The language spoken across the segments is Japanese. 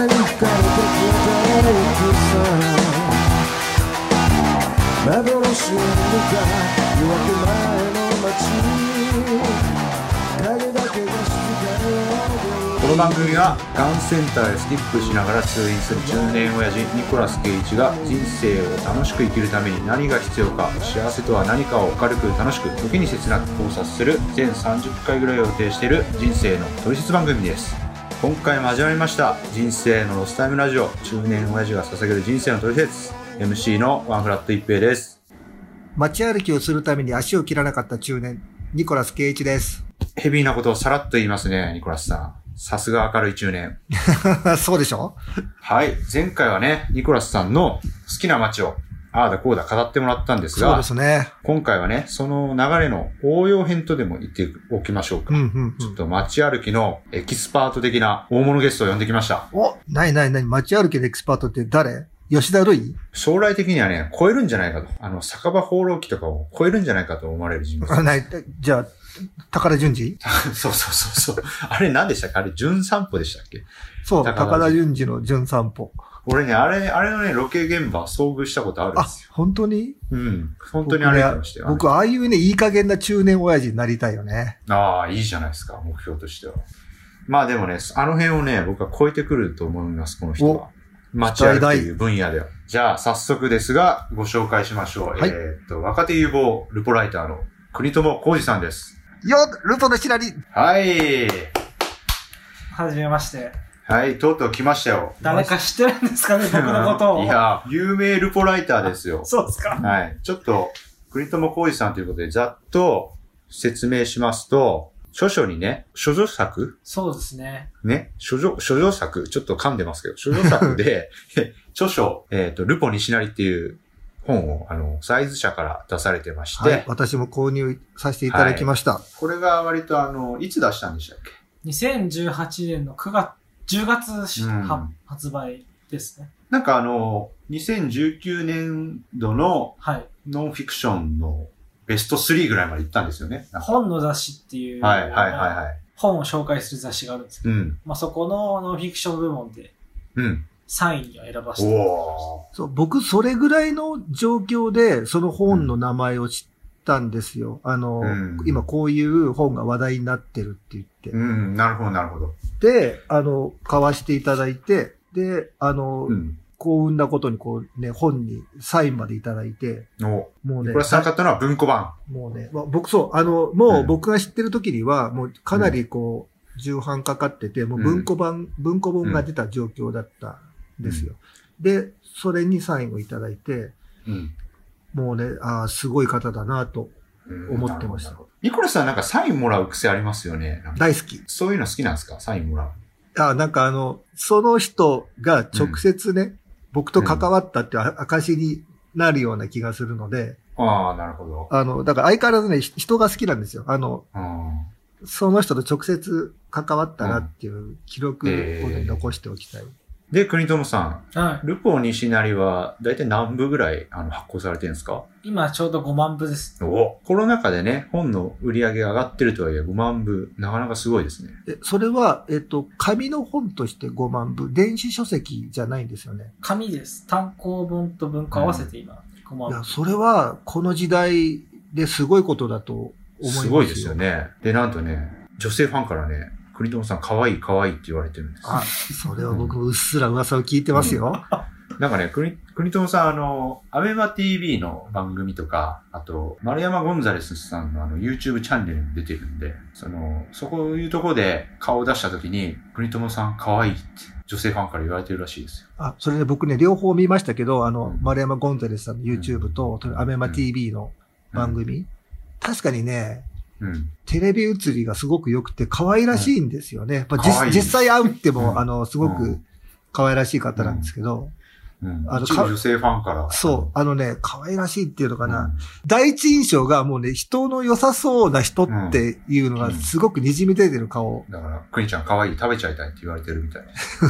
に惹かれて消えてゆくさ幻を見た夜明け前の街影だけが静かにこの番組はガンセンターへスキップしながら通院する中年親父ニコラス・ケイチが人生を楽しく生きるために何が必要か、幸せとは何かを明るく楽しく時に切なく考察する全30回ぐらいを予定している人生のトリセツ番組です。今回も始まりました人生のロスタイムラジオ、中年親父が捧げる人生のトリセツ、 MC のワンフラット一平です。 街歩きをするために足を切らなかった中年ニコラス・ケイチです。 ヘビーなことをさらっと言いますね、ニコラスさん。さすが明るい中年。 そうでしょ。 はい。前回はね、ニコラスさんの好きな街をああだこうだ語ってもらったんですが、 そうですね。今回はね、その流れの応用編とでも言っておきましょうか。ちょっと街歩きのエキスパート的な大物ゲストを呼んできました。 お、街歩きのエキスパートって誰？吉田類？ 将来的にはね、超えるんじゃないかと。酒場放浪記とかを超えるんじゃないかと思われる人物。 じゃあ、高田純次？ そう。あれ何でしたっけ？あれ、純散歩でしたっけ？ そう、高田純次の純散歩。 俺ね、あれのね、ロケ現場遭遇したことあるんですよ。 あ、本当に？ うん。本当に歩いてましたよ。 僕、ああいうね、いい加減な中年親父になりたいよね。 ああ、いいじゃないですか、目標としては。まあでもね、あの辺をね、僕は超えてくると思います、この人は。街歩きという分野では。じゃあ、早速ですが、ご紹介しましょう。 はい、 若手有望ルポライターの国友浩二さんです。 よっ、ルポのしらり。 はい。 はじめまして。 はい、とうとう来ましたよ。 誰か知ってるんですかね、僕のことを。 いや、有名ルポライターですよ。 そうですか。 はい。ちょっと、国友浩二さんということで、ざっと説明しますと、著書にね、処女作？ そうですね。 ね、処女作、ちょっと噛んでますけど、処女作で、著書、ルポ西成っていう本を、サイズ社から出されてまして、はい、 私も購入させていただきました。はい、 これが割といつ出したんでしたっけ？ 2018 年の10月発売ですね。 なんか2019年度のノンフィクションのベスト3ぐらいまで行ったんですよね。 本の雑誌っていう、本を紹介する雑誌があるんですけど、まあ、そこのノンフィクション部門で3位には選ばせてもらいました。 そう、僕それぐらいの状況でその本の名前を知ったんですよ。今こういう本が話題になってるって言って。 なるほど。 で、買わしていただいて、で、幸運なことに本にサインまでいただいて。 もうね。これさん買ったのは文庫版。 もうね、もう僕が知ってる時には、もうかなり重版かかってて、もう文庫本が出た状況だったんですよ。で、それにサインをいただいて、もうね、すごい方だなと思ってました。 ニコラスさんなんかサインもらう癖ありますよね。 大好き。 そういうの好きなんですか？サインもらう。 なんかその人が直接ね、僕と関わったって証になるような気がするので。 なるほど。 だから相変わらずね、人が好きなんですよ。その人と直接関わったなっていう記録を残しておきたい。 で、国友さん。 はい。 ルポ西成は、だいたい何部ぐらい、発行されてるんですか？ 今ちょうど5万部です。 コロナ禍でね、本の売り上げが上がってるとはいえ5万部、なかなかすごいですね。 それは、紙の本として5万部、電子書籍じゃないんですよね。 紙です。単行本と文庫合わせて今、5万部。 いや、それは、この時代ですごいことだと思いますよ。 すごいですよね。で、なんとね、女性ファンからね、国友さん可愛いって言われてるんです。 それは僕うっすら噂を聞いてますよ。 なんかね、国友さんアベマ TV の番組とか、あと、丸山ゴンザレスさんのYouTube チャンネルに出てるんで、そういうところで顔を出した時に、国友さん可愛いって女性ファンから言われてるらしいですよ。 それで僕ね、両方見ましたけど、丸山ゴンザレスさんの YouTube と、アベマ TV の番組、確かにね、テレビ映りがすごく良くて可愛らしいんですよね。やっぱ実際会っても、すごく可愛らしい方なんですけど。 一部女性ファンから。 そう。可愛らしいっていうのかな。第一印象がもうね、人の良さそうな人っていうのがすごく滲み出てる顔。 だから、クニちゃん可愛い、食べちゃいたいって言われてるみたい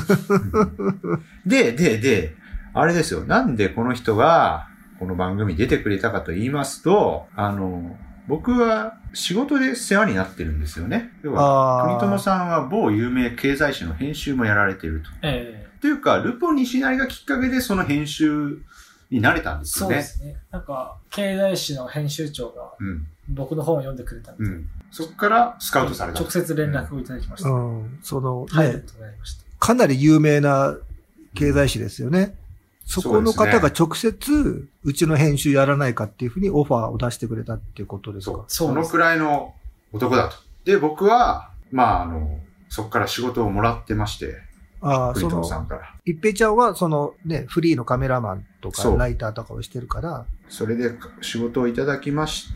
で、あれですよ。なんでこの人が、この番組に出てくれたかと言いますと、 僕は仕事で世話になってるんですよね。要は、国友さんは某有名経済誌の編集もやられていると。というか、ルポ西成がきっかけでその編集になれたんですよね。 そうですね。なんか、経済誌の編集長が、僕の本を読んでくれたんで、 そこからスカウトされた。 直接連絡をいただきました。 かなり有名な経済誌ですよね。そこの方が直接、うちの編集やらないかっていうふうにオファーを出してくれたっていうことですか？ そのくらいの男だと。で、僕は、そこから仕事をもらってまして、栗友さんから。 一平ちゃんは、フリーのカメラマンとか、ライターとかをしてるから。 それで仕事をいただきまして、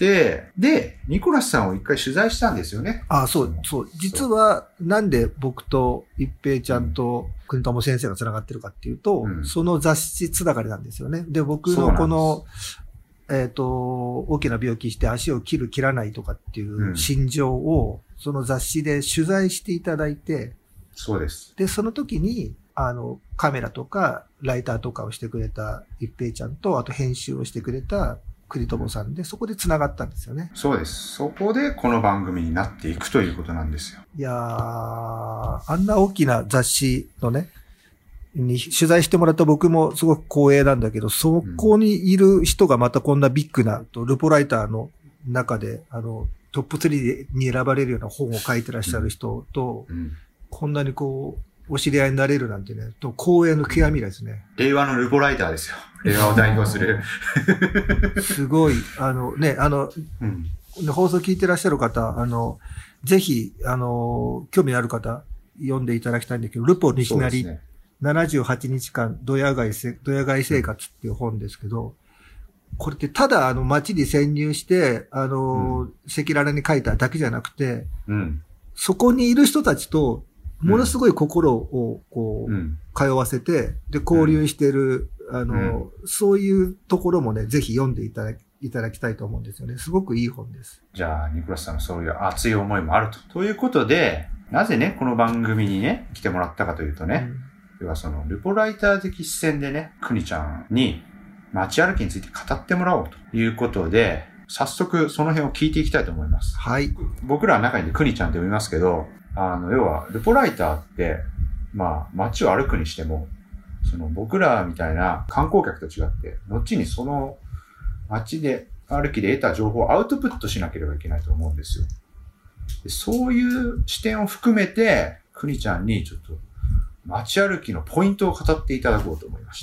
で、ニコラスさんを一回取材したんですよね。 そう。実は、なんで僕と一平ちゃんと国友先生が繋がってるかっていうと、その雑誌つながりなんですよね。で、僕のこの、大きな病気して足を切らないとかっていう心情を、その雑誌で取材していただいて、 そうです。 で、その時に、カメラとか、ライターとかをしてくれた一平ちゃんと、あと編集をしてくれた栗友さんで、そこで繋がったんですよね。 そうです。そこでこの番組になっていくということなんですよ。 いやー、あんな大きな雑誌のね、に取材してもらった僕もすごく光栄なんだけど、そこにいる人がまたこんなビッグな、ルポライターの中で、トップ3に選ばれるような本を書いてらっしゃる人と、こんなにお知り合いになれるなんてね、光栄の極みですね。 令和のルポライターですよ。令和を代表する。 すごい、放送聞いてらっしゃる方、ぜひ、興味ある方、読んでいただきたいんだけど、ルポ西成、78日間ドヤ街生活っていう本ですけど、これってただ街に潜入して、赤裸々に書いただけじゃなくて、そこにいる人たちと、ものすごい心を通わせて、で、交流してる、そういうところもね、ぜひ読んでいただきたいと思うんですよね。すごくいい本です。 じゃあ、ニコラスさんのそういう熱い思いもあると。ということで、なぜね、この番組にね、来てもらったかというとね、要はルポライター的視線でね、くにちゃんに街歩きについて語ってもらおうということで、早速その辺を聞いていきたいと思います。 はい。 僕らの中にくにちゃんって呼びますけど、要は、ルポライターって、街を歩くにしても、僕らみたいな観光客と違って、後にその街で歩きで得た情報をアウトプットしなければいけないと思うんですよ。でそういう視点を含めて、くにちゃんにちょっと、街歩きのポイントを語っていただこうと思いました。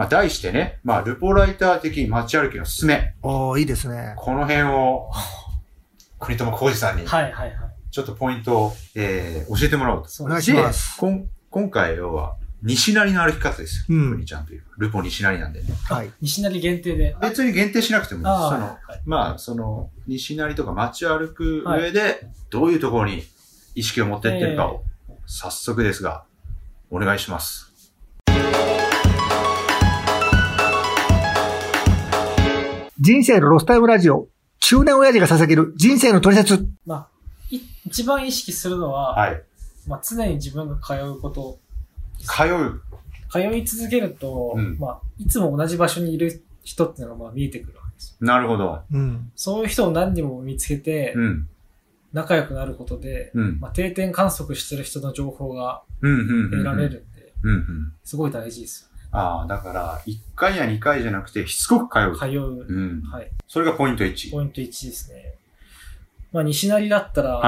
題してね、ルポライター的街歩きのすすめ。 いいですね。 この辺を、国友浩二さんに。 はいはいはい。 ちょっとポイントを、教えてもらおうと。 お願いします。 今回は、西成の歩き方ですよ。くにちゃんという。ルポ西成なんでね。 はい。西成限定で。 別に限定しなくてもいいです。西成とか街を歩く上で、どういうところに意識を持ってってるかを、早速ですが、お願いします。 人生のロスタイムラジオ。中年親父が捧げる人生のトリセツ。 一番意識するのは、常に自分が通うこと。通い続けると、いつも同じ場所にいる人っていうのが見えてくるわけです。 なるほど。 そういう人を何人も見つけて、仲良くなることで、定点観測してる人の情報が得られるんで、すごい大事ですよね。 だから、1回や2回じゃなくて、しつこく通う。 はい。 それがポイント1。 ポイント1ですね。西成だったら、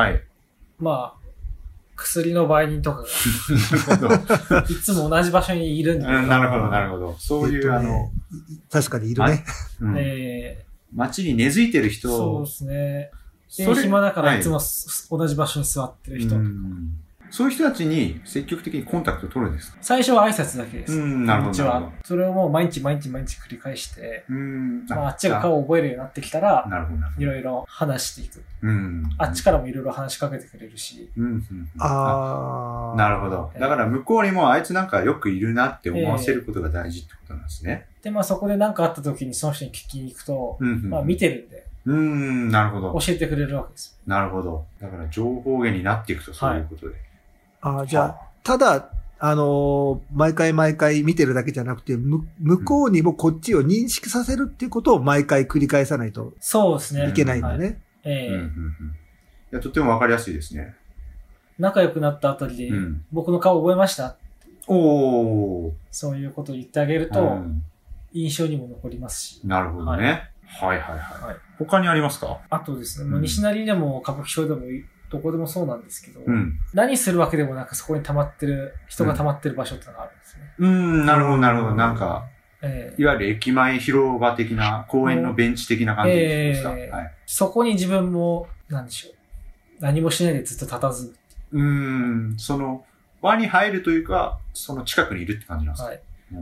薬の売人とかが、いつも同じ場所にいるんで。 なるほど、なるほど。そういう、 確かにいるね。 街に根付いてる人。 そうですね。で、暇だからいつも同じ場所に座ってる人とか。 そういう人たちに積極的にコンタクトを取るんですか？ 最初は挨拶だけです。 なるほど。 それをもう毎日繰り返して、あっちが顔を覚えるようになってきたら、いろいろ話していく。あっちからもいろいろ話しかけてくれるし。 なるほど。だから向こうにもあいつなんかよくいるなって思わせることが大事ってことなんですね。 で、そこで何かあった時にその人に聞きに行くと、見てるんで。 なるほど。 教えてくれるわけです。 なるほど。だから情報源になっていくとそういうことで。 じゃあ、ただ、毎回見てるだけじゃなくて、向こうにもこっちを認識させるっていうことを毎回繰り返さないと。 そうですね。 いけないんだね。 いや、とってもわかりやすいですね。 仲良くなったあたりで、僕の顔覚えました、そういうことを言ってあげると、印象にも残りますし。 なるほどね。はい。他にありますか？ あとですね、西成でも歌舞伎町でもどこでもそうなんですけど、何するわけでもなくそこに溜まってる、人が溜まってる場所ってのがあるんですね。 なるほど、なるほど。なんか、いわゆる駅前広場的な、公園のベンチ的な感じですか？ そこに自分も、なんでしょう。何もしないでずっと佇む。 その、輪に入るというか、その近くにいるって感じなんですか？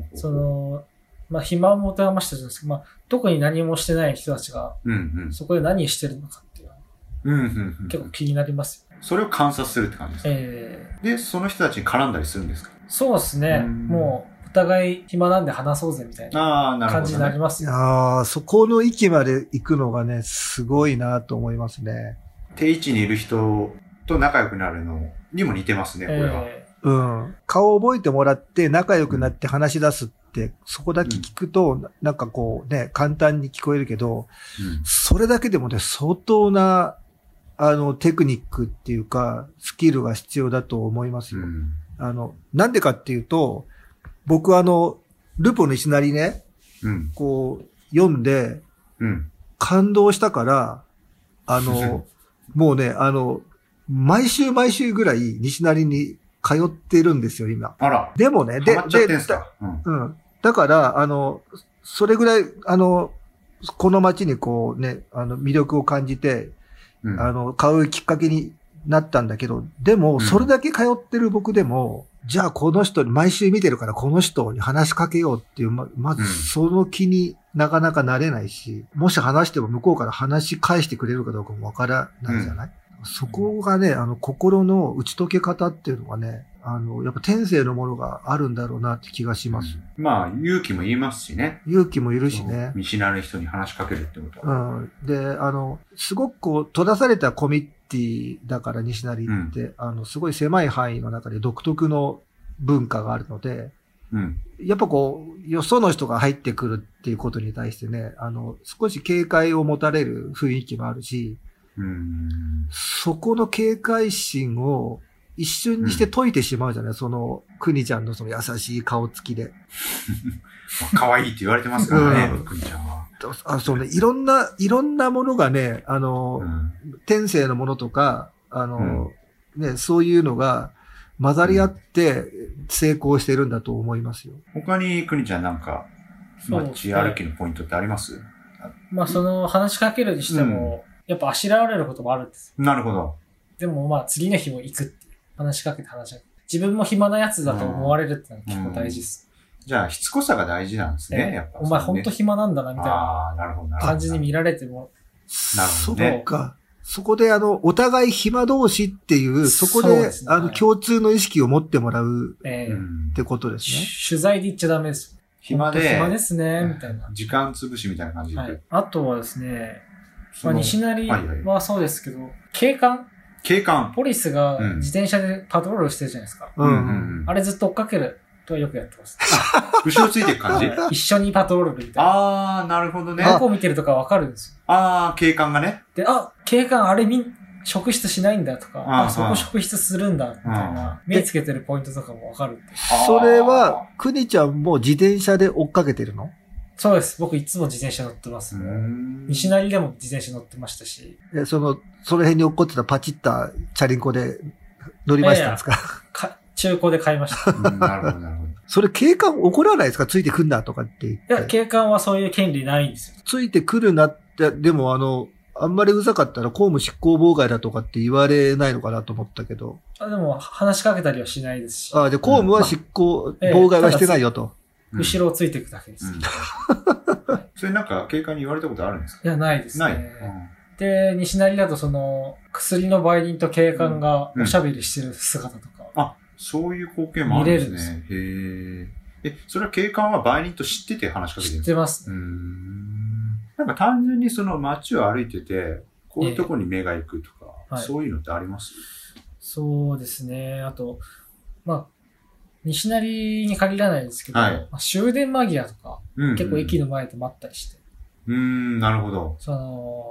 暇を持て余したじゃないですか。特に何もしてない人たちが、そこで何してるのかっていうのは、結構気になりますよ。 それを観察するって感じですか？で、その人たちに絡んだりするんですか？ そうですね。もう、お互い暇なんで話そうぜみたいな感じになりますよ。 そこの域まで行くのがね、すごいなと思いますね。 定位置にいる人と仲良くなるのにも似てますね、これは。 顔を覚えてもらって仲良くなって話し出すって、そこだけ聞くと、なんかこうね、簡単に聞こえるけど、それだけでもね、相当な、テクニックっていうか、スキルが必要だと思いますよ。なんでかっていうと、僕ルポの西成ね、こう、読んで、感動したから、もうね、毎週ぐらい西成に通ってるんですよ、今。 あら。 でもね、だから、それぐらい、この街にこうね、魅力を感じて、買うきっかけになったんだけど、でも、それだけ通ってる僕でも、じゃあこの人に毎週見てるからこの人に話しかけようっていう、まずその気になかなかなれないし、もし話しても向こうから話し返してくれるかどうかもわからないじゃない？そこがね、心の打ち解け方っていうのがね、やっぱ天性のものがあるんだろうなって気がします。 勇気も言いますしね。 勇気もいるしね。 見知らぬ人に話しかけるってことは。 で、すごくこう、閉ざされたコミュニティだから西成って、すごい狭い範囲の中で独特の文化があるので、やっぱこう、よその人が入ってくるっていうことに対してね、少し警戒を持たれる雰囲気もあるし、そこの警戒心を一瞬にして解いてしまうじゃない、その、くにちゃんのその優しい顔つきで。 可愛いって言われてますからね、くにちゃんは。 そうね、いろんなものがね、天性のものとか、ね、そういうのが混ざり合って成功してるんだと思いますよ。 他にくにちゃんなんか、街歩きのポイントってあります？ その話しかけるにしても、やっぱあしらわれることもあるんですよ。 なるほど。 でも次の日も行くって話しかけて自分も暇なやつだと思われるってのは結構大事です。 じゃあ、しつこさが大事なんですね、やっぱ。 お前ほんと暇なんだな、みたいな感じに見られても。 なるほどね。そうか。そこでお互い暇同士っていう、そこで、共通の意識を持ってもらうってことですね。 取材で言っちゃダメです。 暇ですね、みたいな。 時間潰しみたいな感じで。 あとはですね、西成はそうですけど、警官ポリスが自転車でパトロールしてるじゃないですか。あれずっと追っかけるとよくやってます。 後ろついていく感じ？ 一緒にパトロールみたいな。 なるほどね。 どこを見てるとかわかるんですよ。 警官がね。 で、警官あれ職質しないんだとか、そこ職質するんだ、みたいな。目つけてるポイントとかもわかるって。 それは、くにちゃんも自転車で追っかけてるの？ そうです。僕いつも自転車乗ってますね。西成でも自転車乗ってましたし。 その辺に落っこってたパチッたチャリンコで乗りましたんですか？ 中古で買いました。 なるほど、なるほど。 それ警官怒らないですか？ついてくんなとかって言って。 いや、警官はそういう権利ないんですよ。 ついてくるなって、でもあんまりうざかったら公務執行妨害だとかって言われないのかなと思ったけど。 でも話しかけたりはしないですし。 で、公務は執行妨害はしてないよと。 後ろをついていくだけです。 それなんか警官に言われたことあるんですか？ いや、ないですね。ない。で、西成だと薬の売人と警官がおしゃべりしてる姿とか。 そういう光景もあるんですね。それは警官は売人と知ってて話しかけてるんですか？知ってますね。 なんか単純にその街を歩いてて、こういうところに目が行くとか、そういうのってあります？ そうですね。あと、西成に限らないですけど、終電間際とか、結構駅の前で待ったりして。 なるほど。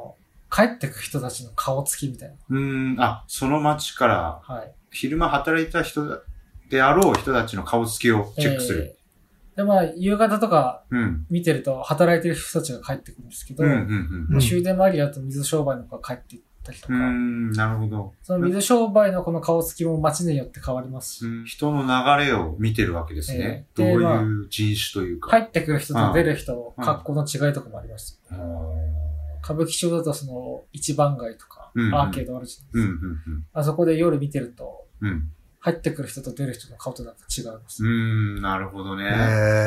帰ってくる人たちの顔つきみたいな。その街から、昼間働いた人であろう人たちの顔つきをチェックする。 で、まあ、夕方とか見てると働いてる人たちが帰ってくるんですけど、終電間際だと水商売の子が帰っていったりとか。 なるほど。 その水商売のこの顔つきも街によって変わりますし。 人の流れを見てるわけですね。どういう人種というか。 帰ってくる人と出る人、格好の違いとかもあります。歌舞伎町だとその一番街とか、アーケードあるじゃないですか。あそこで夜見てると、入ってくる人と出る人の顔となんか違います。 なるほどね。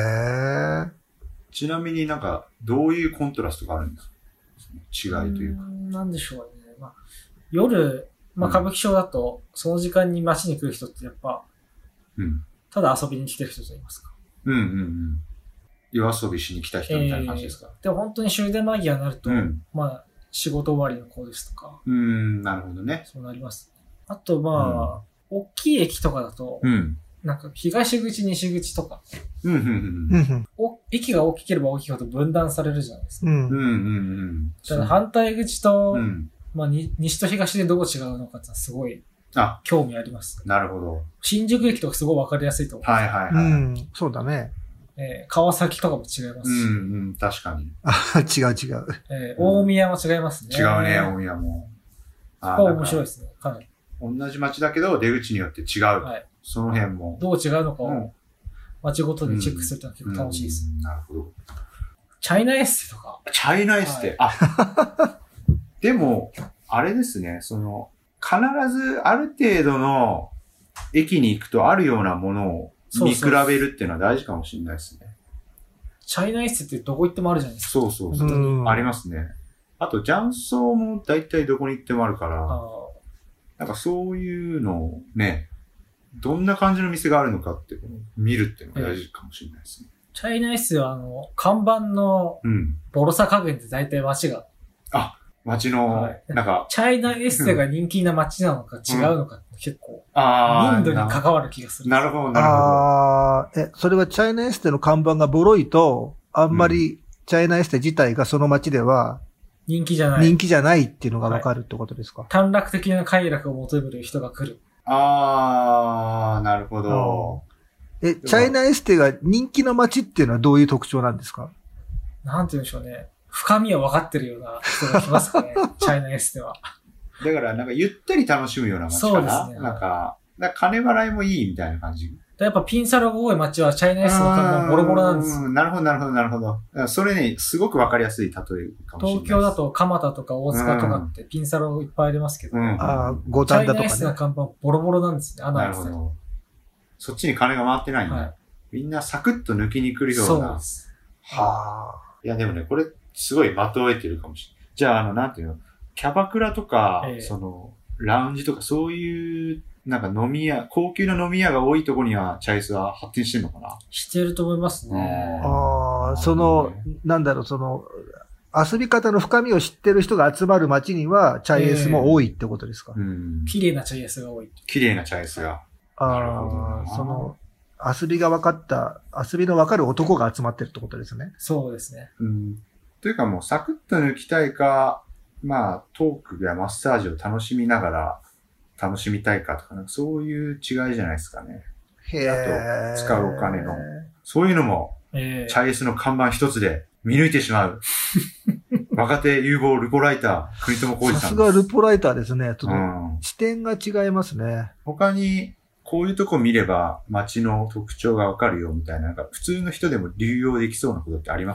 ちなみになんか、どういうコントラストがあるんですか？違いというか。 なんでしょうね。まあ、夜、歌舞伎町だと、その時間に街に来る人ってやっぱ、ただ遊びに来てる人といいますか。 夜遊びしに来た人みたいな感じですか？ でも本当に終電間際になると、まあ、仕事終わりの子ですとか。 なるほどね。 そうなります。あと、まあ、大きい駅とかだと、なんか東口、西口とか、駅が大きければ大きいほど分断されるじゃないですか。ただ反対口と、まあ、西と東でどう違うのかってすごい興味あります。 なるほど。 新宿駅とかすごいわかりやすいと思う。 そうだね。 川崎とかも違いますし。確かに。 違う。 大宮も違いますね。 違うね、大宮も。 そこは面白いですね、かなり。 同じ街だけど出口によって違う。その辺も。 どう違うのかを街ごとにチェックするというのは結構楽しいです。 なるほど。 チャイナエステとか。 チャイナエステ。でも、あれですね、その、必ずある程度の駅に行くとあるようなものを見比べるっていうのは大事かもしれないですね。 チャイナエステってどこ行ってもあるじゃないですか。 そう。ありますね。あと、雀荘も大体どこに行ってもあるから、なんかそういうのをね、どんな感じの店があるのかって見るっていうのが大事かもしれないですね。 チャイナエステは看板のボロさ加減って大体街が。 街の、なんか。 チャイナエステが人気な街なのか違うのかって結構、民度に関わる気がする。 なるほど。 それはチャイナエステの看板がボロいと、あんまりチャイナエステ自体がその街では、 人気じゃないっていうのがわかるってことですか？ 短絡的な快楽を求める人が来る。 なるほど。 チャイナエステが人気の街っていうのはどういう特徴なんですか？ なんて言うんでしょうね。深みを分かってるような人が来ますかね。チャイナエステは。 だからなんかゆったり楽しむような街かな。そうですね。なんか金払いもいいみたいな感じ。 やっぱピンサロが多い街はチャイナエステの看板ボロボロなんです。 なるほど。それね、すごくわかりやすい例えかもしれない。 東京だと蒲田とか大塚とかってピンサロいっぱいありますけど。 五反田とかね。チャイナエステの看板ボロボロなんですね。 なるほど。そっちに金が回ってないんだ。みんなサクッと抜きに来るような。 そうです。 いやでもね、これすごい的を得てるかもしれない。じゃあなんていうの、キャバクラとか、その、ラウンジとかそういう、なんか飲み屋、高級な飲み屋が多いところにはチャイスは発展してるのかな？ してると思いますね。 なんだろう、その、遊び方の深みを知ってる人が集まる街には、チャイエスも多いってことですか？ 綺麗なチャイエスが多い。 綺麗なチャイエスが。なるほど。 その、遊びの分かる男が集まってるってことですね。 そうですね。 というかもうサクッと抜きたいか、まあトークやマッサージを楽しみながら楽しみたいかとか、なんかそういう違いじゃないですかね。あと使うお金の。そういうのも、チャイエスの看板一つで見抜いてしまう。若手有望ルポライター、国友浩二さん。 さすがルポライターですね。視点が違いますね。 他に、こういうとこ見れば街の特徴がわかるよみたいな、なんか普通の人でも流用できそうなことってあります？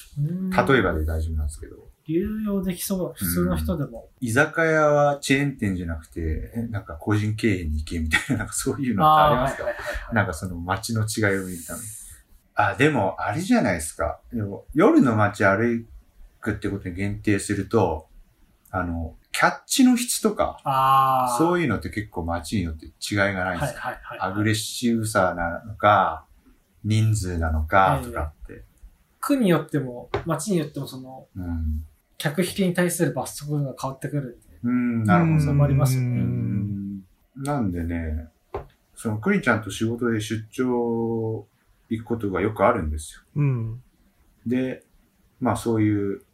例えばで大丈夫なんですけど。 流用できそう、普通の人でも。 居酒屋はチェーン店じゃなくて、なんか個人経営に行けみたいな、なんかそういうのってありますか？なんかその街の違いを見るために。でもあれじゃないですか。でも夜の街歩くってことに限定すると、キャッチの質とか、そういうのって結構街によって違いがないんですか？アグレッシブさなのか、人数なのかとかって。 区によっても、街によってもその、客引きに対する罰則が変わってくるんで。 なるほど。 それもありますよね。 なんでね、そのクリちゃんと仕事で出張行くことがよくあるんですよ。で、まあそういう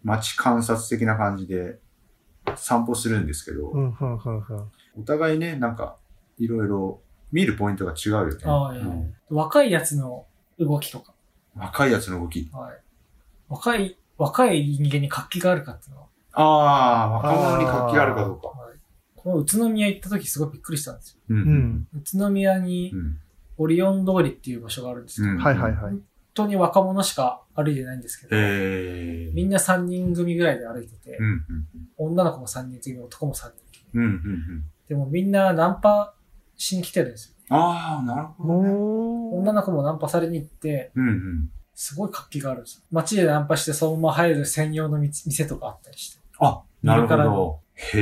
街観察的な感じで散歩するんですけど、お互いね、なんか、いろいろ見るポイントが違うよね。 若いやつの動きとか。 若いやつの動き。 はい。若い人間に活気があるかっていうのは。若者に活気があるかどうか。 この宇都宮行った時すごいびっくりしたんですよ。宇都宮にオリオン通りっていう場所があるんですけど、本当に若者しか歩いてないんですけど、みんな3人組ぐらいで歩いてて、女の子も3人組、男も3人組。でもみんなナンパしに来てるんですよ。 なるほどね。 女の子もナンパされに行って、すごい活気があるんですよ。街でナンパしてそのまま入る専用の店とかあったりして。 なるほど。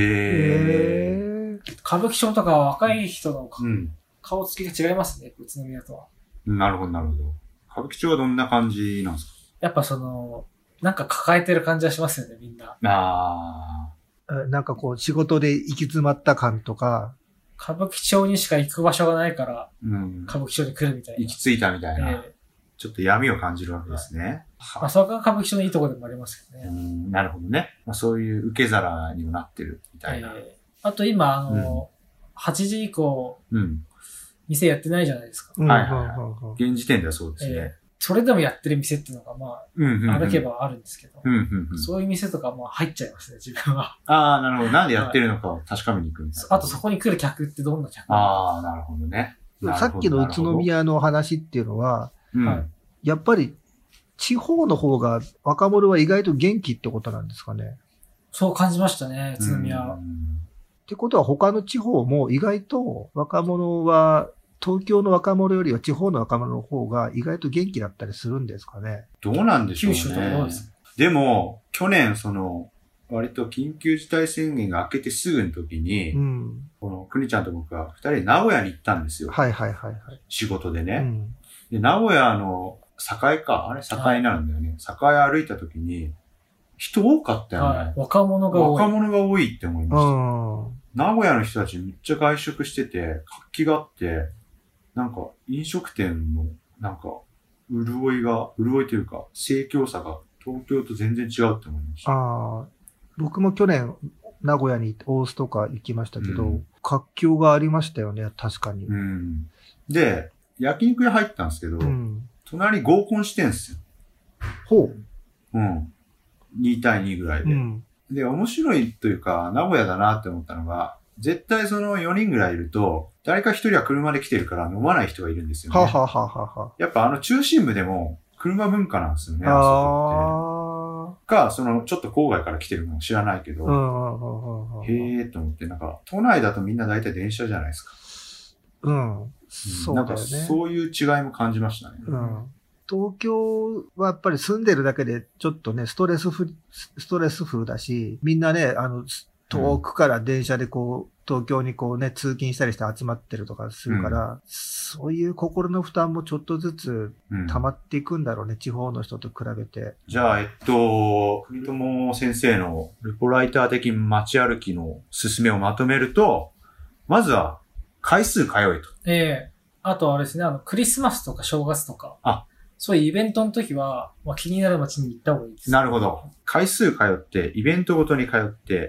歌舞伎町とか若い人の顔つきが違いますね、宇都宮とは。 なるほど、なるほど。歌舞伎町はどんな感じなんですか？ やっぱなんか抱えてる感じはしますよね、みんな。 なんかこう、仕事で行き詰まった感とか。 歌舞伎町にしか行く場所がないから、歌舞伎町に来るみたいな。 行き着いたみたいな。ちょっと闇を感じるわけですね。 そこが歌舞伎町のいいところでもありますけどね。 なるほどね。そういう受け皿にもなってるみたいな。 あと今、8時以降、店やってないじゃないですか。 現時点ではそうですね。 それでもやってる店っていうのが、歩けばあるんですけど、そういう店とかも入っちゃいますね、自分は。 なるほど。なんでやってるのかを確かめに行くんですあとそこに来る客ってどんな客？ なるほどね。 さっきの宇都宮の話っていうのは、やっぱり地方の方が若者は意外と元気ってことなんですかね。 そう感じましたね、宇都宮。 ってことは他の地方も意外と若者は東京の若者よりは地方の若者の方が意外と元気だったりするんですかね。 どうなんでしょうね。 九州とかどうですか？ でも、去年割と緊急事態宣言が明けてすぐの時に、このくにちゃんと僕は2人で名古屋に行ったんですよ。仕事でね。で、名古屋の栄か。あれ栄なんだよね。栄歩いた時に、人多かったよね。 若者が多いって思いました。名古屋の人たちめっちゃ外食してて、活気があって、なんか飲食店の、なんか、潤いというか、盛況さが東京と全然違うって思いました。 僕も去年、名古屋に大須とか行きましたけど、活況がありましたよね、確かに。 で、焼肉屋入ったんですけど、隣合コンしてんすよ。2対2ぐらいで。で、面白いというか、名古屋だなって思ったのが、絶対その4人ぐらいいると、誰か1人は車で来てるから飲まない人がいるんですよね。やっぱ中心部でも車文化なんですよね、あそこって。ちょっと郊外から来てるのも知らないけど、へーと思って、なんか、都内だとみんな大体電車じゃないですか。 そうだよね。なんかそういう違いも感じましたね。 東京はやっぱり住んでるだけでちょっとね、ストレスフルだし、みんなね、遠くから電車で東京に通勤したりして集まってるとかするから、そういう心の負担もちょっとずつ溜まっていくんだろうね、地方の人と比べて。 じゃあ、国友先生のルポライター的街歩きの勧めをまとめると、まずは回数通いと。 あとあれですね、クリスマスとか正月とか。そういうイベントの時は、気になる街に行った方がいいです。 なるほど。回数通って、イベントごとに通って、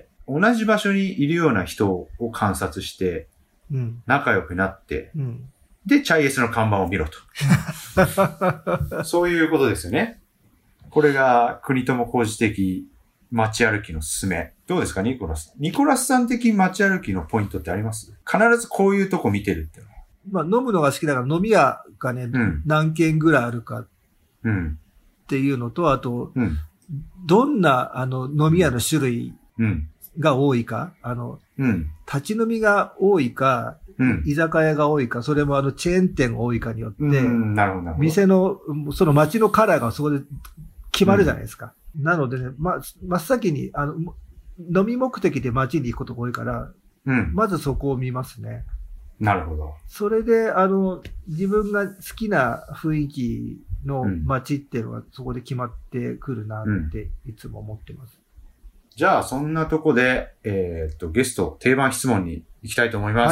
同じ場所にいるような人を観察して、仲良くなって、で、チャイエスの看板を見ろと。そういうことですよね。これが国友工事的街歩きの勧め。どうですか、ニコラス。ニコラスさん的街歩きのポイントってあります？必ずこういうとこ見てるっていうのは。 飲むのが好きだから飲み屋がね、何軒ぐらいあるかっていうのと、あと、どんな飲み屋の種類が多いか、立ち飲みが多いか、居酒屋が多いか、それもチェーン店が多いかによって、店の、その街のカラーがそこで決まるじゃないですか。なのでね、真っ先に、飲み目的で街に行くことが多いから、まずそこを見ますね。 なるほど。 それで、自分が好きな雰囲気の街っていうのがそこで決まってくるなっていつも思ってます。 じゃあ、そんなとこで、ゲスト定番質問に行きたいと思います。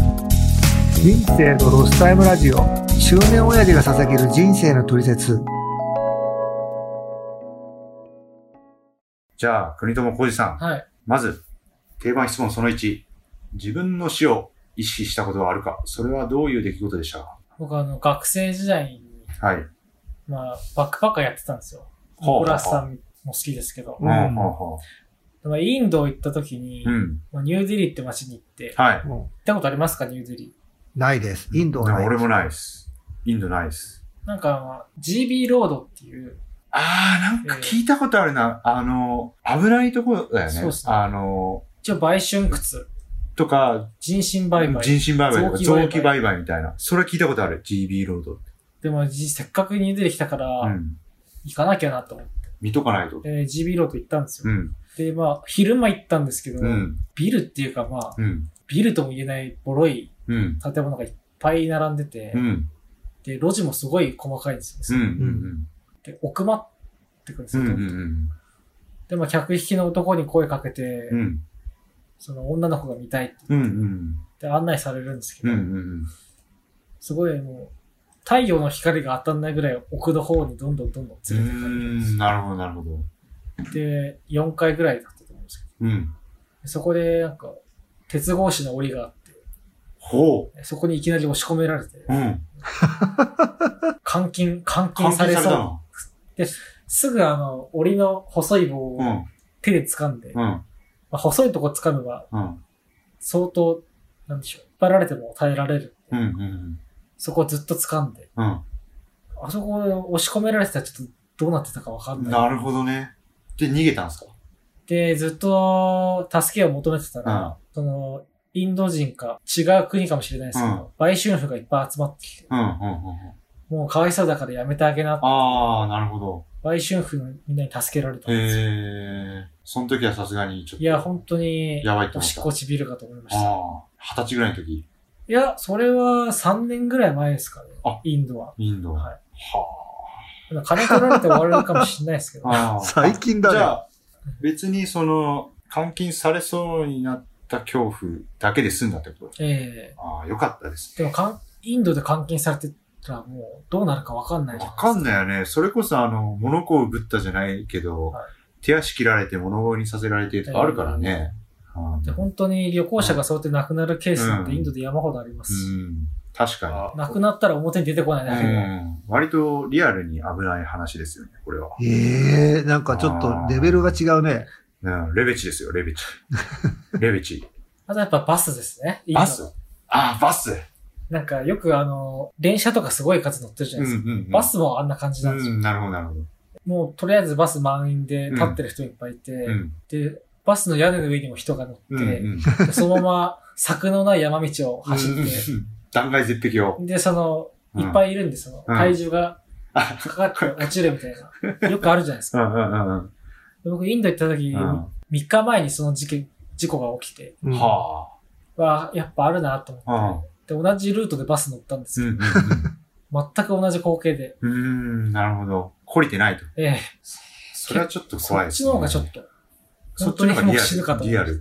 人生のロスタイムラジオ、中年親父が捧げる人生のトリセツ。 じゃあ、国友浩二さん。 はい。 まず、定番質問その1。自分の死を意識したことはあるか？それはどういう出来事でしたか？ 僕学生時代に、 はい。 まあ、バックパッカーやってたんですよ。ニコラスさんも好きですけど。インド行った時に、ニューデリーって街に行って、 はい。 行ったことありますか、ニューデリー？ないです。インドはないです。 俺もないです。インドないです。 なんか、GB ロードっていう。 なんか聞いたことあるな。危ないところだよね。 そうですね。一応売春靴。 とか、 人身売買。 人身売買とか、臓器売買みたいな。それ聞いたことある。GB ロード。 でも、せっかくニューデリー来たから、行かなきゃなと思って。 見とかないと。 GB ロード行ったんですよ。で、まあ、昼間行ったんですけど、ビルっていうかまあ、ビルとも言えないボロい建物がいっぱい並んでて、で、路地もすごい細かいんですよ。で、奥まってくるんですよ。で、まあ、客引きの男に声かけて、その女の子が見たいって言って、で、案内されるんですけど、すごいもう、太陽の光が当たんないぐらい奥の方にどんどん連れてかれる。 なるほど、なるほど。 で、4階ぐらいだったと思うんですけど、そこでなんか、鉄格子の檻があって、そこにいきなり押し込められて、監禁されそう。で、すぐ檻の細い棒を手で掴んで、まあ、細いとこ掴めば、相当、なんでしょう、引っ張られても耐えられる。そこをずっと掴んで、あそこで押し込められてたらちょっとどうなってたかわかんない。 なるほどね。で、逃げたんですか？ で、ずっと助けを求めてたら、その、インド人か違う国かもしれないですけど、売春婦がいっぱい集まってきて、もうかわいそうだからやめてあげなって。 なるほど。 売春婦のみんなに助けられたんですよ。 その時はさすがにちょっと。 いや、本当に、 やばいと思った。 おしっこちびるかと思いました。 20歳ぐらいの時。 いや、それは3年ぐらい前ですかね。インドは。 インドは。 はい。金取られて終わるかもしれないですけど。 最近だね。 じゃあ、別に監禁されそうになった恐怖だけで済んだってこと？よかったです。 でもインドで監禁されてたらもうどうなるかわかんないじゃないですか。 わかんないよね。それこそ物乞うぶったじゃないけど、手足切られて物乞いにさせられてとかあるからね。 で本当に旅行者がそうやって亡くなるケースなんてインドで山ほどありますし。 確かに。 亡くなったら表に出てこないだけで。 割とリアルに危ない話ですよね、これは。 なんかちょっとレベルが違うね。 レベチですよ、レベチ。レベチ。 あとやっぱバスですね。 バス？バス。 なんかよく電車とかすごい数乗ってるじゃないですか。バスもあんな感じなんですよ。 なるほど、なるほど。 もうとりあえずバス満員で立ってる人いっぱいいて、で、バスの屋根の上にも人が乗って、そのまま柵のない山道を走って、 断崖絶壁を。 で、いっぱいいるんで、体重がかかって落ちるみたいな。よくあるじゃないですか。僕、インド行った時、3日前にその事故が起きて、やっぱあるなと思って、で、同じルートでバス乗ったんですけど、全く同じ光景で。 なるほど。懲りてないと。それはちょっと怖いですね。 そっちの方がちょっと。 そっちの方がリアル。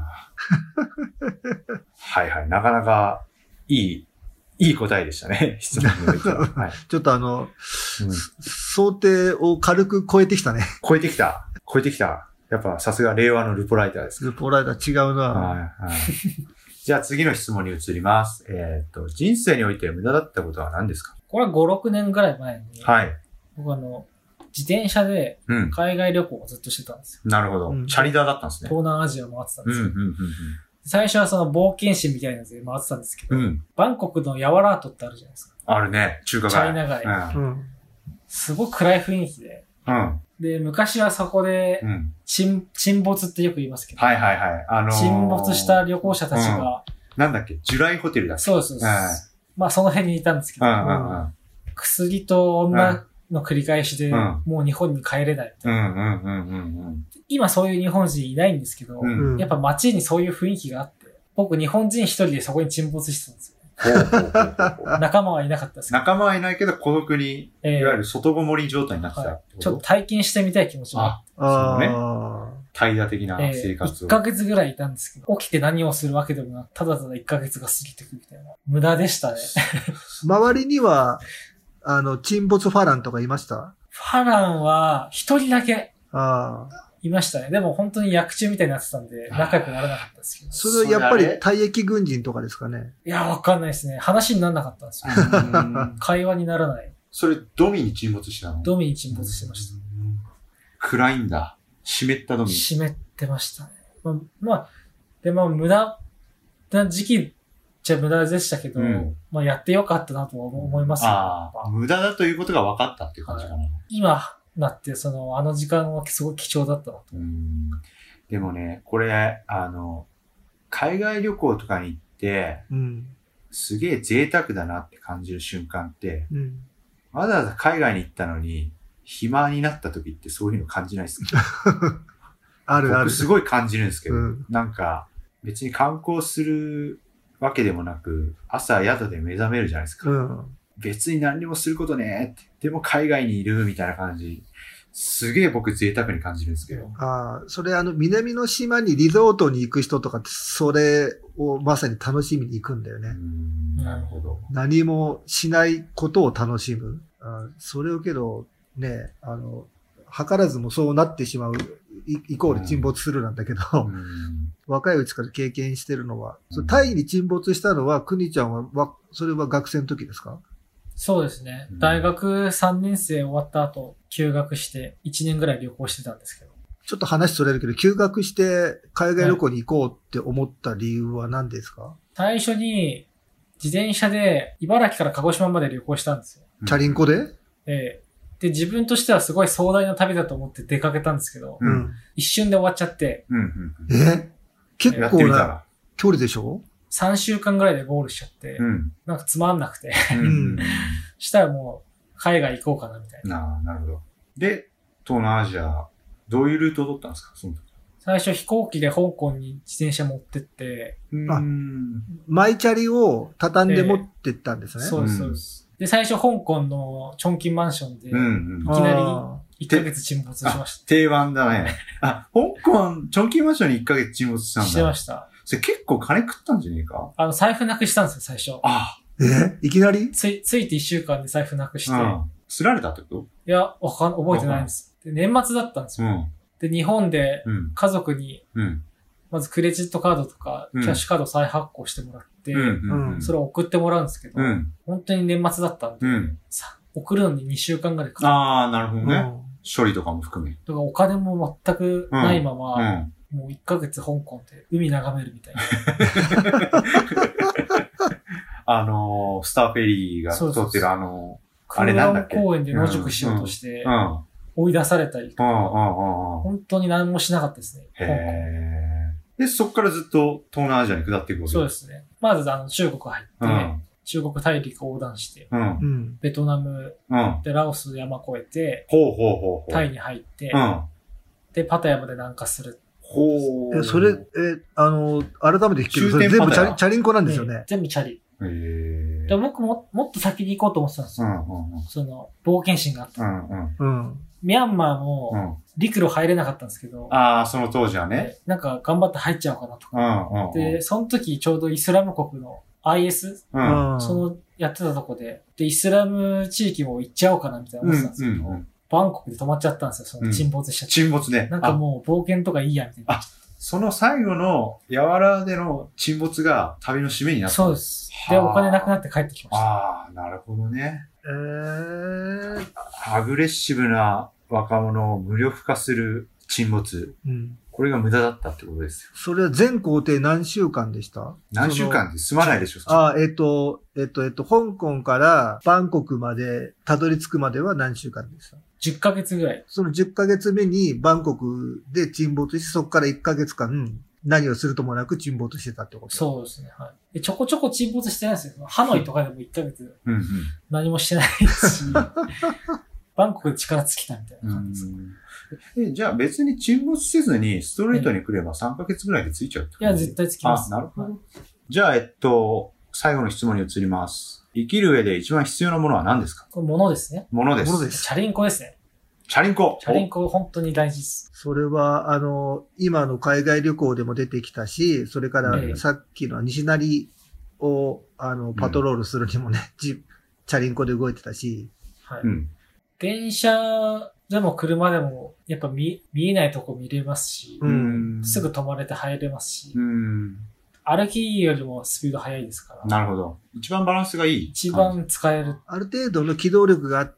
はいはい。なかなかいい答えでしたね。質問においては。 ちょっと想定を軽く超えてきたね。 超えてきた。やっぱさすが令和のルポライターです。 ルポライター違うな。 じゃあ次の質問に移ります。人生において無駄だったことは何ですか？ これは5、6年ぐらい前に。僕自転車で海外旅行をずっとしてたんですよ。 なるほど。チャリダーだったんですね。 東南アジアを回ってたんですよ。最初は冒険心みたいなやつで回ってたんですけど、バンコクのヤワラートってあるじゃないですか。 あるね。中華街。 チャイナ街。すごく暗い雰囲気で。で、昔はそこで、沈没ってよく言いますけど。沈没した旅行者たちが。 なんだっけ？ジュライホテルだっけ？ そうです。まあその辺にいたんですけど、薬と女の繰り返しで、もう日本に帰れないみたいな。今そういう日本人いないんですけど、やっぱ街にそういう雰囲気があって、僕日本人一人でそこに沈没してたんですよ。仲間はいなかったです。 仲間はいないけど孤独に、いわゆる外こもり状態になってた。 ちょっと体験してみたい気持ちがあって。そうね。怠惰的な生活を。 1ヶ月ぐらいいたんですけど、起きて何をするわけでもなく、ただただ1ヶ月が過ぎてくみたいな。無駄でしたね。 周りには、沈没ファランとかいました？ ファランは、一人だけ。 いましたね。でも本当に役中みたいになってたんで、仲良くならなかったですけど。 それはやっぱり退役軍人とかですかね。 いや、わかんないですね。話にならなかったんですよ。会話にならない。 それ、ドミに沈没したの？ ドミに沈没してました。 暗いんだ。湿ったドミ。 湿ってましたね。でも無駄な時期じゃ無駄でしたけど、まあやってよかったなと思いますよ。 無駄だということが分かったっていう感じかな。 今なって、あの時間はすごい貴重だったなと。 でもね、これ、海外旅行とかに行って、すげえ贅沢だなって感じる瞬間って、わざわざ海外に行ったのに、暇になった時ってそういうの感じないですか？ あるある。 僕すごい感じるんですけど、なんか、別に観光するわけでもなく、朝宿で目覚めるじゃないですか。別に何にもすることねーって。でも海外にいるみたいな感じ。すげえ僕贅沢に感じるんですけど。 それ南の島にリゾートに行く人とかって、それをまさに楽しみに行くんだよね。 なるほど。 何もしないことを楽しむ。それをけど、ね、図らずもそうなってしまう、イコール沈没するなんだけど、若いうちから経験してるのは、タイに沈没したのは、くにちゃんは、それは学生の時ですか？ そうですね。大学3年生終わった後、休学して1年ぐらい旅行してたんですけど。 ちょっと話それるけど、休学して海外旅行に行こうって思った理由は何ですか？ 最初に自転車で茨城から鹿児島まで旅行したんですよ。 チャリンコで？ で、自分としてはすごい壮大な旅だと思って出かけたんですけど、一瞬で終わっちゃって。 結構な距離でしょ ？3週間ぐらいでゴールしちゃって、なんかつまんなくて、したらもう海外行こうかなみたいな。 なるほど。で、東南アジア、どういうルートを取ったんですか？その時。 最初飛行機で香港に自転車持ってって、 マイチャリを畳んで持ってったんですね。 そうです、そうです。で、最初香港のチョンキンマンションで、いきなり1ヶ月沈没しました。 定番だね。香港、チョンキンマンションに1ヶ月沈没したんだ。 してました。 それ結構金食ったんじゃねえか？ 財布なくしたんですよ、最初。 いきなりついて1週間で財布なくして。 すられたってこと？ いや、覚えてないんです。で、年末だったんですよ。で、日本で家族に、まずクレジットカードとか、キャッシュカード再発行してもらって、それを送ってもらうんですけど、本当に年末だったんで、送るのに2週間ぐらいかかる。なるほどね。処理とかも含め。 だからお金も全くないまま、もう1ヶ月香港で海眺めるみたいな。 スターフェリーが通ってるあれなんだっけ？ 空港公園で野宿しようとして、追い出されたりとか、本当に何もしなかったですね。 で、そこからずっと東南アジアに下っていくわけ？ そうですね。まず中国入って、中国大陸横断して、ベトナムでラオス山越えて、タイに入って、で、パタヤまで南下する。 それ、改めて聞ける。それ全部チャリンコなんですよね。 全部チャリ。で僕もっと先に行こうと思ってたんですよ。冒険心があった。ミャンマーも陸路入れなかったんですけど。 その当時はね。 なんか頑張って入っちゃおうかなとか。で、その時ちょうどイスラム国の IS、やってたとこで、イスラム地域も行っちゃおうかなみたいな思ってたんですけど、バンコクで止まっちゃったんですよ、その沈没しちゃって。 沈没ね。 なんかもう冒険とかいいや、みたいな。 その最後の柔らでの沈没が旅の締めになった。 そうです。で、お金なくなって帰ってきました。 なるほどね。アグレッシブな若者を無力化する沈没。これが無駄だったってことですよ。 それは全行程何週間でした？ 何週間で済まないでしょ？ 香港からバンコクまでたどり着くまでは何週間でした ？10ヶ月ぐらい。 その10ヶ月目にバンコクで沈没して、そこから1ヶ月間何をするともなく沈没してたってこと？ そうですね。はい。でちょこちょこ沈没してないんですよ。ハノイとかでも1ヶ月何もしてないですし、バンコクで力尽きたみたいな感じです。 じゃあ別に沈没せずにストレートに来れば3ヶ月ぐらいで着いちゃうってこと？ いや、絶対着きます。 なるほど。じゃあ、最後の質問に移ります。生きる上で一番必要なものは何ですか？ これ物ですね。 物です。 チャリンコですね。 チャリンコ本当に大事です。 それは、今の海外旅行でも出てきたし、それからさっきの西成を、パトロールするにもね、チャリンコで動いてたし。 はい。電車でも車でも、やっぱ見えないとこ見れますし、すぐ止まれて入れますし、歩きよりもスピード速いですから。 なるほど。一番バランスがいい。 一番使える。 ある程度の機動力があって、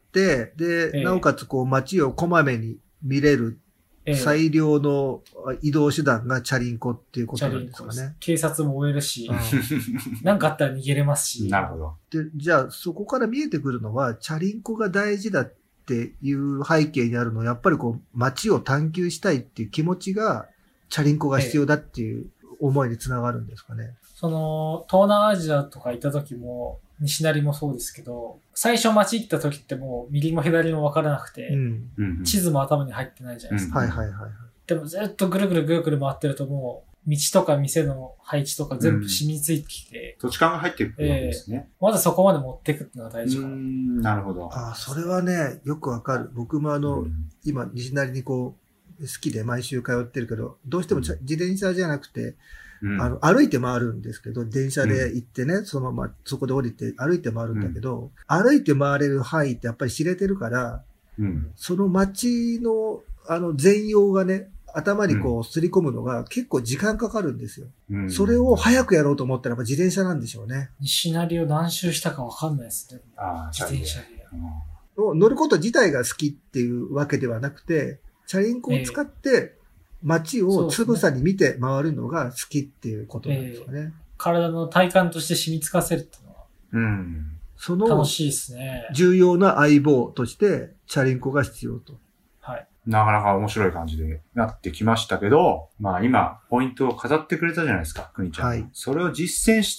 で、なおかつこう街をこまめに見れる最良の移動手段がチャリンコっていうことなんですかね。 警察も追えるし、なんかあったら逃げれますし。 なるほど。 で、じゃあそこから見えてくるのは、チャリンコが大事だっていう背景にあるのは、やっぱりこう街を探求したいっていう気持ちが、チャリンコが必要だっていう思いにつながるんですかね。 東南アジアとか行った時も、西成もそうですけど、最初街行った時ってもう右も左も分からなくて、地図も頭に入ってないじゃないですか。 はいはいはい。 でもずっとぐるぐる回ってるともう、道とか店の配置とか全部染みついてきて。 土地勘が入ってくるわけですね。 まずそこまで持っていくっていうのが大事かな。 なるほど。 それはね、よくわかる。僕も今、西成にこう、好きで毎週通ってるけど、どうしても自転車じゃなくて、歩いて回るんですけど、電車で行ってね、そのままそこで降りて歩いて回るんだけど、歩いて回れる範囲ってやっぱり知れてるから、その街の全容がね、頭にこうすり込むのが結構時間かかるんですよ。それを早くやろうと思ったら自転車なんでしょうね。 西成を何周したかわかんないですね。自転車で。 乗ること自体が好きっていうわけではなくて、チャリンコを使って、街をつぶさに見て回るのが好きっていうことなんですかね。 体の体感として染み付かせるっていうのは、楽しいですね。 重要な相棒としてチャリンコが必要と。 はい。なかなか面白い感じでなってきましたけど、まあ今、ポイントを飾ってくれたじゃないですか、くにちゃん。はい。それを実践して、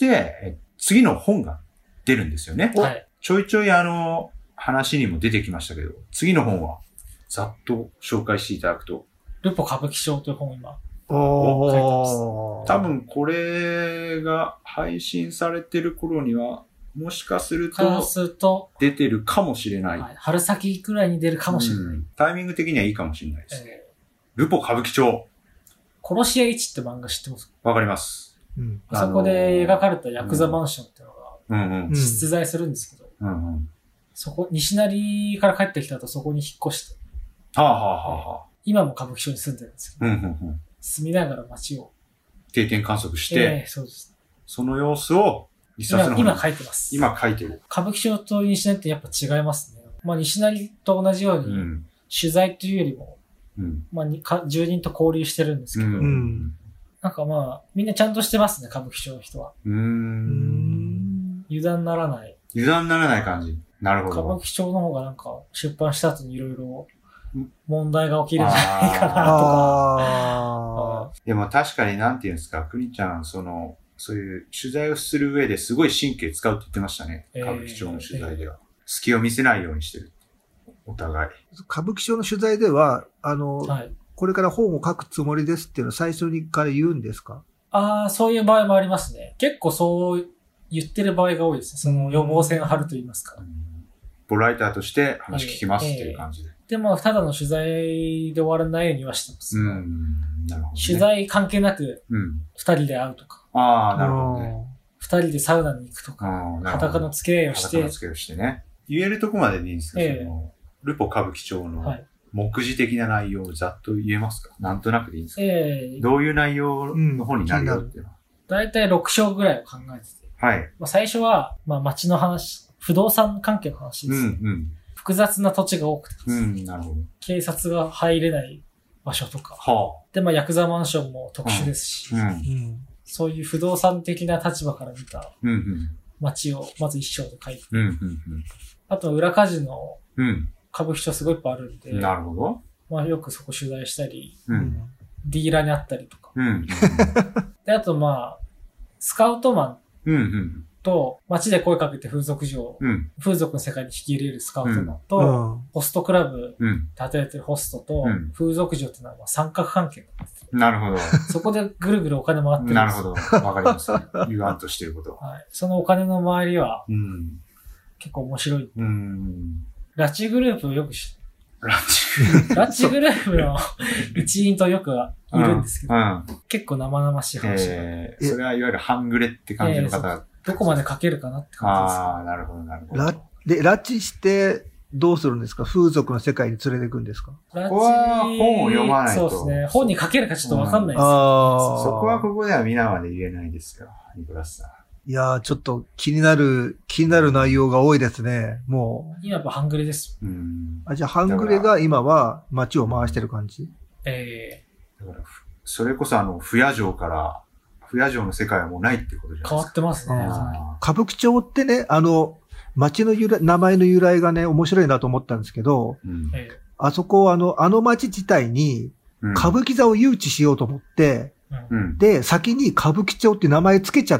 次の本が出るんですよね。はい。ちょいちょい話にも出てきましたけど、次の本は、ざっと紹介していただくと。 ルポ歌舞伎町という本今、 書いてます。多分これが配信されてる頃には、もしかすると、出てるかもしれない。 春先くらいに出るかもしれない。 タイミング的にはいいかもしれないです。ルポ歌舞伎町。 殺し屋一って漫画知ってますか？ わかります。 あそこで描かれたヤクザマンションっていうのが、実在するんですけど、そこ、西成から帰ってきた後そこに引っ越して、今も歌舞伎町に住んでるんですけど、住みながら街を定点観測して、 そうです。 その様子を一冊の今書いてます。 今書いてる。 歌舞伎町と西成ってやっぱ違いますね。まあ西成と同じように、取材というよりも、まあ住人と交流してるんですけど、なんかまあみんなちゃんとしてますね、歌舞伎町の人は。油断ならない。 油断ならない感じ。なるほど。 歌舞伎町の方がなんか出版した後にいろいろ問題が起きるんじゃないかなとか。 でも確かになんていうんですか、くにちゃん、そういう取材をする上ですごい神経使うって言ってましたね。歌舞伎町の取材では。隙を見せないようにしてる。お互い。 歌舞伎町の取材では、これから本を書くつもりですっていうのを最初にから言うんですか？ そういう場合もありますね。結構そう言ってる場合が多いですね。その予防線を張ると言いますか。 ボライターとして話聞きますっていう感じで。 でも、ただの取材で終わらないようにはしてます。 なるほどね。 取材関係なく、二人で会うとか。 なるほどね。 二人でサウナに行くとか。裸の付き合いをして。 裸の付き合いをしてね。言えるとこまででいいんですけど、ルポ歌舞伎町の目次的な内容をざっと言えますか？なんとなくでいいんですか？どういう内容の本になるよっていうのは。 だいたい6章ぐらいを考えてて。 はい。 最初は、街の話、不動産関係の話です。複雑な土地が多くて、 なるほど。 警察が入れない場所とか。で、ヤクザマンションも特殊ですし、そういう不動産的な立場から見た街をまず一章で書いて、あと裏カジノ、歌舞伎町すごいいっぱいあるんで、 なるほど。 よくそこ取材したり、ディーラーに会ったりとか。で、あとスカウトマンと、街で声かけて風俗嬢、風俗の世界に引き入れるスカウトマンと、ホストクラブで働いてるホストと、風俗嬢っていうのは三角関係なんです。 なるほど。 そこでぐるぐるお金回ってるんです。 なるほど。わかります。言わんとしてること。 はい。そのお金の周りは、結構面白い。拉致グループをよく知って拉致グループの一員とよくいるんですけど、結構生々しい話。 それはいわゆる半グレって感じの方。 どこまで書けるかなって感じです。 なるほど、なるほど。 拉致して、 どうするんですか？風俗の世界に連れて行くんですか？ ここは本を読まないと。 そうですね。本に書けるかちょっとわかんないです、 そこはここでは皆まで言えないですよ、ニコラスさん。 いやー、ちょっと気になる内容が多いですね。もう。今やっぱ半グレです。 じゃあ半グレが今は街を回してる感じ？ だからそれこそ不夜城の世界はもうないってことじゃないですか。 変わってますね。 歌舞伎町ってね、街の名前の由来がね、面白いなと思ったんですけど、あそこあの街自体に歌舞伎座を誘致しようと思って、で、先に歌舞伎町って名前つけちゃって、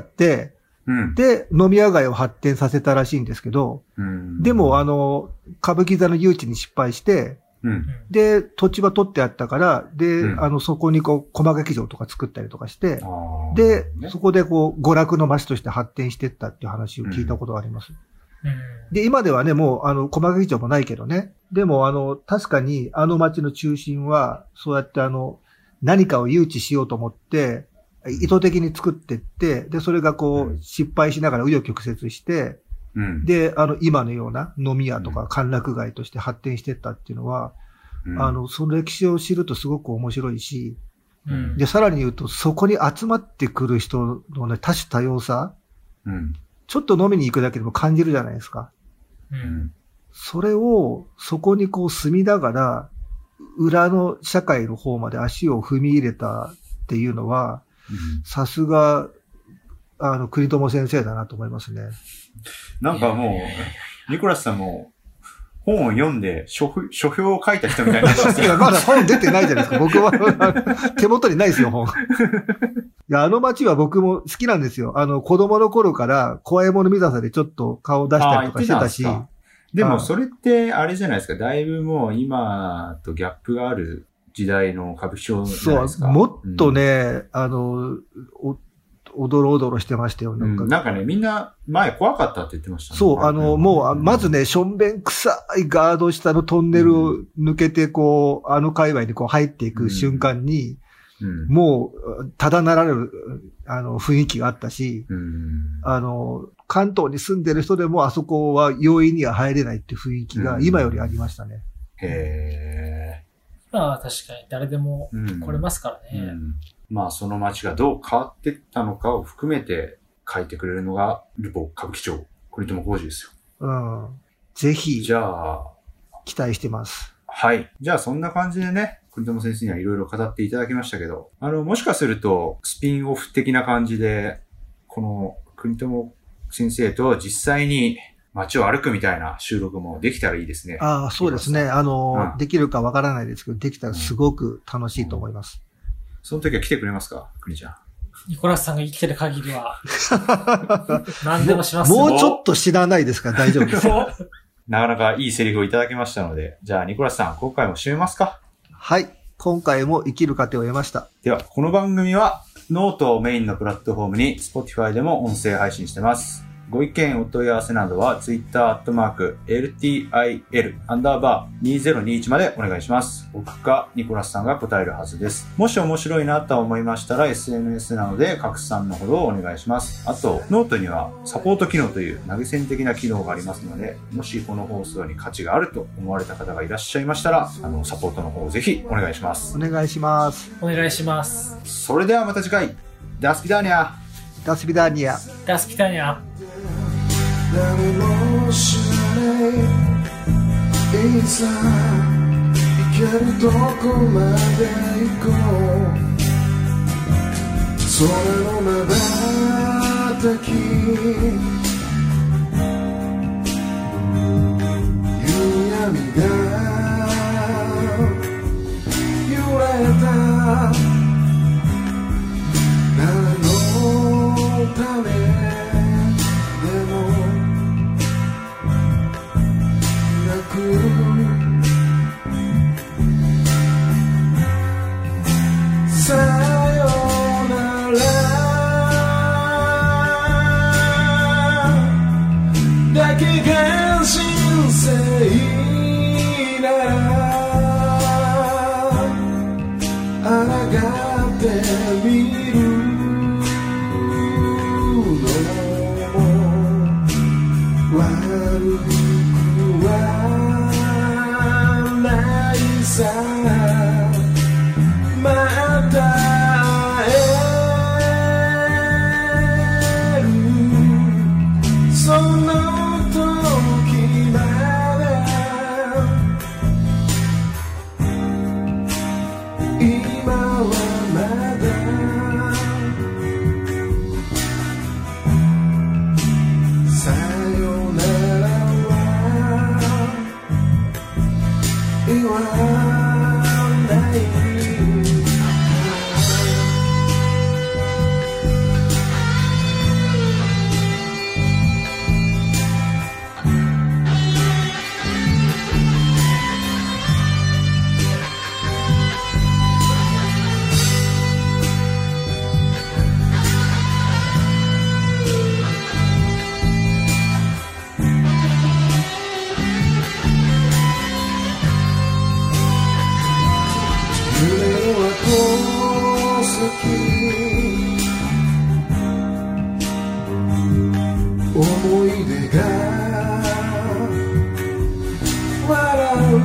で、飲み屋街を発展させたらしいんですけど、でも歌舞伎座の誘致に失敗して、で、土地は取ってあったから、で、そこに駒劇場とか作ったりとかして、で、そこで娯楽の街として発展していったっていう話を聞いたことがあります。で、今ではね、もう、駒劇場もないけどね。でも、確かに、街の中心は、そうやって何かを誘致しようと思って、意図的に作っていって、で、それが失敗しながら紆余曲折して、で、今のような飲み屋とか歓楽街として発展していったっていうのは、その歴史を知るとすごく面白いし、で、さらに言うと、そこに集まってくる人のね、多種多様さ、ちょっと飲みに行くだけでも感じるじゃないですか。それを、そこに住みながら、裏の社会の方まで足を踏み入れたっていうのは、さすが、国友先生だなと思いますね。 なんかもう、ニコラスさんも、本を読んで書評を書いた人みたいになってますよ。 いや、まだ本出てないじゃないですか。僕は、手元にないですよ、本。いや、街は僕も好きなんですよ。子供の頃から怖いもの見ざさでちょっと顔出したりとかしてたし。 でもそれってあれじゃないですか。だいぶもう今とギャップがある時代の歌舞伎町じゃないですか。 そう、もっとね、おどろおどろしてましたよ。 なんかね、みんな前怖かったって言ってましたね。 そう、もう、まずね、しょんべん臭いガード下のトンネルを抜けて、界隈に入っていく瞬間に、もう、ただならぬ、雰囲気があったし、関東に住んでる人でもあそこは容易には入れないって雰囲気が今よりありましたね。 今は確かに誰でも来れますからね。 まあその街がどう変わっていったのかを含めて書いてくれるのがルポ歌舞伎町国友浩二ですよ。ぜひ。 じゃあ期待してます。 はい。じゃあそんな感じでね、国友先生にはいろいろ語っていただきましたけど、もしかするとスピンオフ的な感じでこの国友先生と実際に街を歩くみたいな収録もできたらいいですね。 そうですね。できるかわからないですけど、できたらすごく楽しいと思います。 その時は来てくれますか、国ちゃん。 ニコラスさんが生きてる限りは、何でもしますよ。 もうちょっと知らないですから大丈夫です。 なかなかいいセリフをいただきましたので、じゃあニコラスさん、今回も締めますか。 はい。今回も生きる糧を得ました。 では、この番組は、ノートをメインのプラットフォームに、Spotify でも音声配信してます。ご意見、お問い合わせなどは、Twitter @LTIL_2021までお願いします。僕かニコラスさんが答えるはずです。もし面白いなと思いましたら、SNS などで拡散のほどをお願いします。あと、ノートにはサポート機能という投げ銭的な機能がありますので、もしこの放送に価値があると思われた方がいらっしゃいましたら、サポートの方をぜひお願いします。 お願いします。 お願いします。 それではまた次回、ダスピダーニャ。 ダスピダーニャ。 ダスピダーニャ。 誰も知らないいざ行けるとこまで行こう空のまばたき夕闇が揺れた誰のためさよならだけが人生なら抗ってみるのも悪くはさまた会えるその時まで今はまださよならは言わない思い出が笑う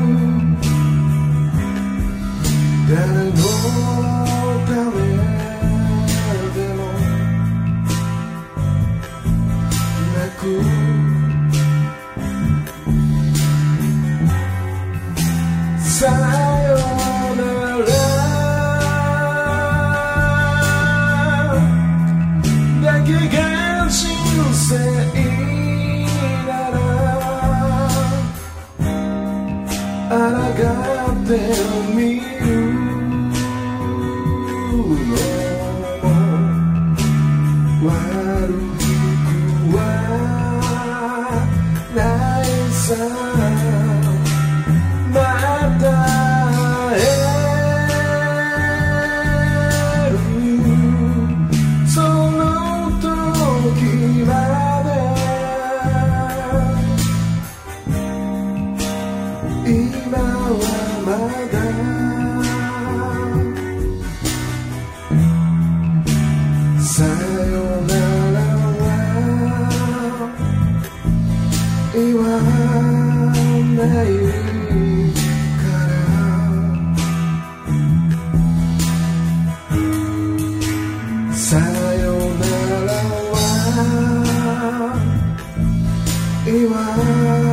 誰のためでもなくさよならだけが人生なら抗ってみるの悪くはないさまた会えるその時まで今はまださよならは言わないからさよならは言わない